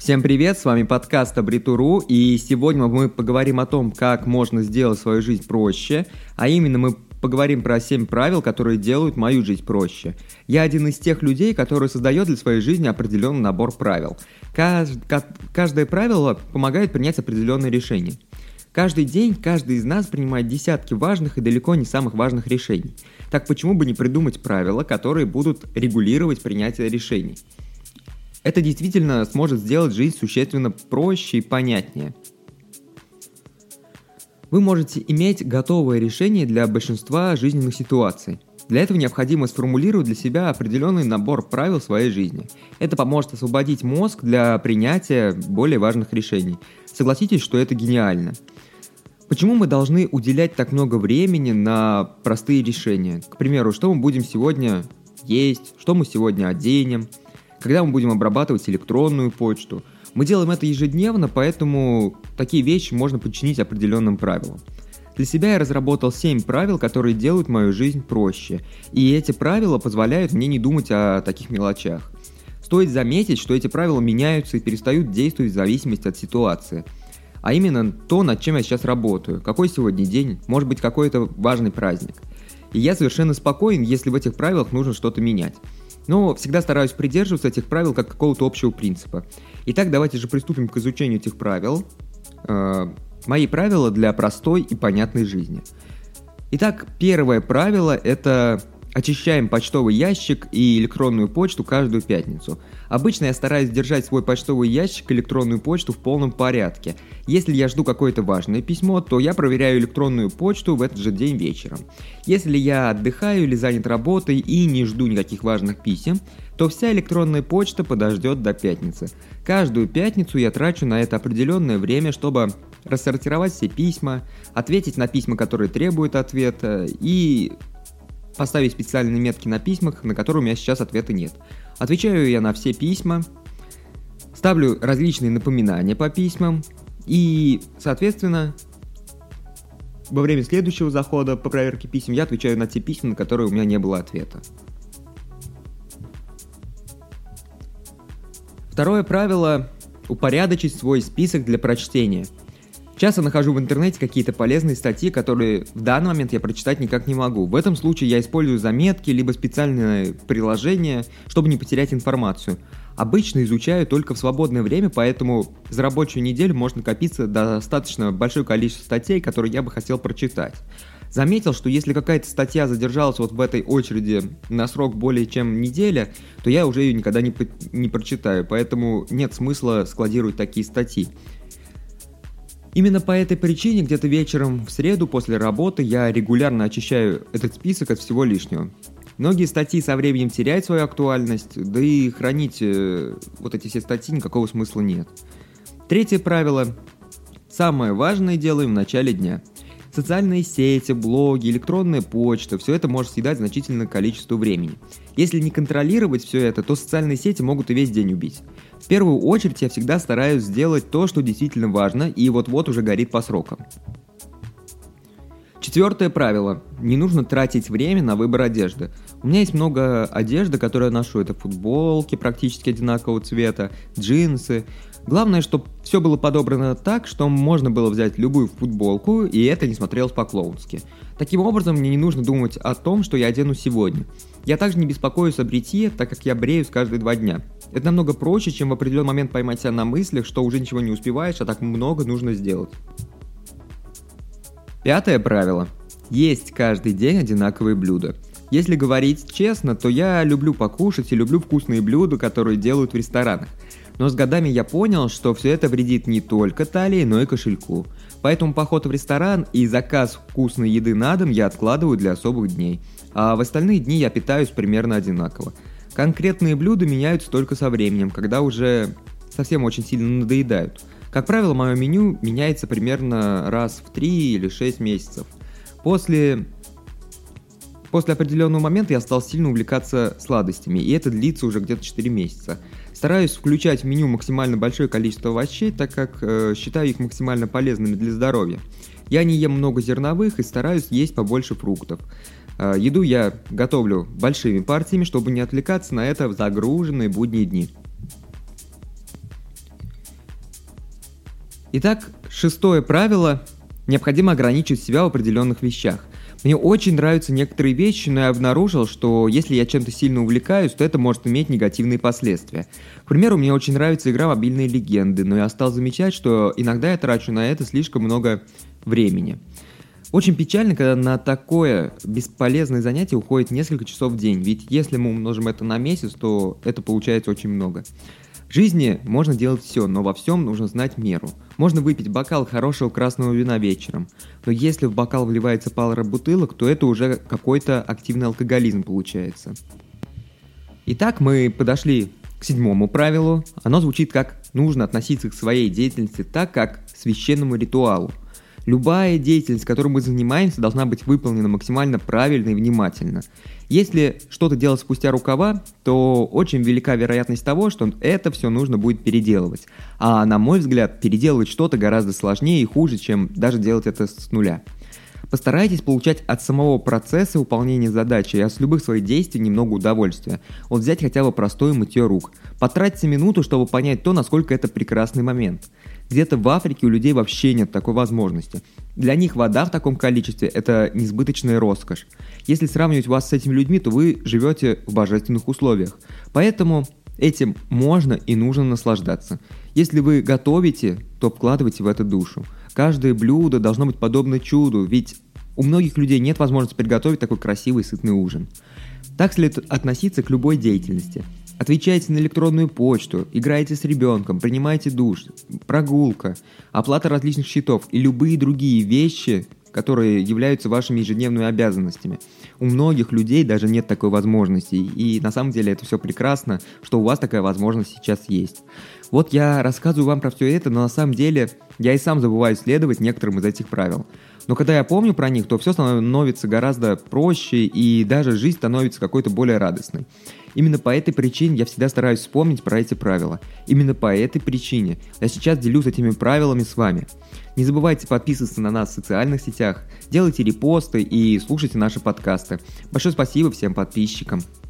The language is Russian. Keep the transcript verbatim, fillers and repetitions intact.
Всем привет, с вами подкаст Абритуру, и сегодня мы поговорим о том, как можно сделать свою жизнь проще, а именно мы поговорим про семь правил, которые делают мою жизнь проще. Я один из тех людей, которые создает для своей жизни определенный набор правил. Каждое правило помогает принять определенное решение. Каждый день каждый из нас принимает десятки важных и далеко не самых важных решений. Так почему бы не придумать правила, которые будут регулировать принятие решений? Это действительно сможет сделать жизнь существенно проще и понятнее. Вы можете иметь готовое решение для большинства жизненных ситуаций. Для этого необходимо сформулировать для себя определенный набор правил своей жизни. Это поможет освободить мозг для принятия более важных решений. Согласитесь, что это гениально. Почему мы должны уделять так много времени на простые решения? К примеру, что мы будем сегодня есть, что мы сегодня оденем, когда мы будем обрабатывать электронную почту. Мы делаем это ежедневно, поэтому такие вещи можно подчинить определенным правилам. Для себя я разработал семь правил, которые делают мою жизнь проще. И эти правила позволяют мне не думать о таких мелочах. Стоит заметить, что эти правила меняются и перестают действовать в зависимости от ситуации. А именно то, над чем я сейчас работаю. Какой сегодня день, может быть, какой-то важный праздник. И я совершенно спокоен, если в этих правилах нужно что-то менять. Но всегда стараюсь придерживаться этих правил как какого-то общего принципа. Итак, давайте же приступим к изучению этих правил. Э, мои правила для простой и понятной жизни. Итак, первое правило – это очищаем почтовый ящик и электронную почту каждую пятницу. Обычно я стараюсь держать свой почтовый ящик и электронную почту в полном порядке. Если я жду какое-то важное письмо, то я проверяю электронную почту в этот же день вечером. Если я отдыхаю или занят работой и не жду никаких важных писем, то вся электронная почта подождет до пятницы. Каждую пятницу я трачу на это определенное время, чтобы рассортировать все письма, ответить на письма, которые требуют ответа, и поставить специальные метки на письмах, на которые у меня сейчас ответа нет. Отвечаю я на все письма, ставлю различные напоминания по письмам, и, соответственно, во время следующего захода по проверке писем я отвечаю на те письма, на которые у меня не было ответа. Второе правило – упорядочить свой список для прочтения. Часто нахожу в интернете какие-то полезные статьи, которые в данный момент я прочитать никак не могу. В этом случае я использую заметки, либо специальные приложения, чтобы не потерять информацию. Обычно изучаю только в свободное время, поэтому за рабочую неделю может накопиться достаточно большое количество статей, которые я бы хотел прочитать. Заметил, что если какая-то статья задержалась вот в этой очереди на срок более чем неделя, то я уже ее никогда не, по- не прочитаю, поэтому нет смысла складировать такие статьи. Именно по этой причине где-то вечером в среду после работы я регулярно очищаю этот список от всего лишнего. Многие статьи со временем теряют свою актуальность, да и хранить э, вот эти все статьи никакого смысла нет. Третье правило. Самое важное делаем в начале дня. Социальные сети, блоги, электронная почта – все это может съедать значительное количество времени. Если не контролировать все это, то социальные сети могут и весь день убить. В первую очередь я всегда стараюсь сделать то, что действительно важно и вот-вот уже горит по срокам. Четвертое правило. Не нужно тратить время на выбор одежды. У меня есть много одежды, которую я ношу. Это футболки практически одинакового цвета, джинсы. Главное, чтобы все было подобрано так, что можно было взять любую футболку, и это не смотрелось по-клоунски. Таким образом, мне не нужно думать о том, что я одену сегодня. Я также не беспокоюсь о бритье, так как я бреюсь каждые два дня. Это намного проще, чем в определенный момент поймать себя на мыслях, что уже ничего не успеваешь, а так много нужно сделать. Пятое правило. Есть каждый день одинаковые блюда. Если говорить честно, то я люблю покушать и люблю вкусные блюда, которые делают в ресторанах. Но с годами я понял, что все это вредит не только талии, но и кошельку. Поэтому поход в ресторан и заказ вкусной еды на дом я откладываю для особых дней. А в остальные дни я питаюсь примерно одинаково. Конкретные блюда меняются только со временем, когда уже совсем очень сильно надоедают. Как правило, мое меню меняется примерно раз в три или шесть месяцев. После... После определенного момента я стал сильно увлекаться сладостями, и это длится уже где-то четыре месяца. Стараюсь включать в меню максимально большое количество овощей, так как э, считаю их максимально полезными для здоровья. Я не ем много зерновых и стараюсь есть побольше фруктов. Э, еду я готовлю большими партиями, чтобы не отвлекаться на это в загруженные будние дни. Итак, шестое правило. Необходимо ограничивать себя в определенных вещах. Мне очень нравятся некоторые вещи, но я обнаружил, что если я чем-то сильно увлекаюсь, то это может иметь негативные последствия. К примеру, мне очень нравится игра «Мобильные легенды», но я стал замечать, что иногда я трачу на это слишком много времени. Очень печально, когда на такое бесполезное занятие уходит несколько часов в день, ведь если мы умножим это на месяц, то это получается очень много. В жизни можно делать все, но во всем нужно знать меру. Можно выпить бокал хорошего красного вина вечером, но если в бокал вливается пара бутылок, то это уже какой-то активный алкоголизм получается. Итак, мы подошли к седьмому правилу. Оно звучит как: нужно относиться к своей деятельности так, как к священному ритуалу. Любая деятельность, которой мы занимаемся, должна быть выполнена максимально правильно и внимательно. Если что-то делать спустя рукава, то очень велика вероятность того, что это все нужно будет переделывать. А на мой взгляд, переделывать что-то гораздо сложнее и хуже, чем даже делать это с нуля. Постарайтесь получать от самого процесса выполнения задачи и от любых своих действий немного удовольствия. Вот взять хотя бы простое мытье рук. Потратьте минуту, чтобы понять то, насколько это прекрасный момент. Где-то в Африке у людей вообще нет такой возможности. Для них вода в таком количестве – это несбыточная роскошь. Если сравнивать вас с этими людьми, то вы живете в божественных условиях. Поэтому этим можно и нужно наслаждаться. Если вы готовите, то вкладывайте в это душу. Каждое блюдо должно быть подобно чуду, ведь у многих людей нет возможности приготовить такой красивый сытный ужин. Так следует относиться к любой деятельности. Отвечайте на электронную почту, играете с ребенком, принимаете душ, прогулка, оплата различных счетов и любые другие вещи, которые являются вашими ежедневными обязанностями. У многих людей даже нет такой возможности, и на самом деле это все прекрасно, что у вас такая возможность сейчас есть. Вот я рассказываю вам про все это, но на самом деле я и сам забываю следовать некоторым из этих правил. Но когда я помню про них, то все становится гораздо проще, и даже жизнь становится какой-то более радостной. Именно по этой причине я всегда стараюсь вспомнить про эти правила. Именно по этой причине я сейчас делюсь этими правилами с вами. Не забывайте подписываться на нас в социальных сетях, делайте репосты и слушайте наши подкасты. Большое спасибо всем подписчикам.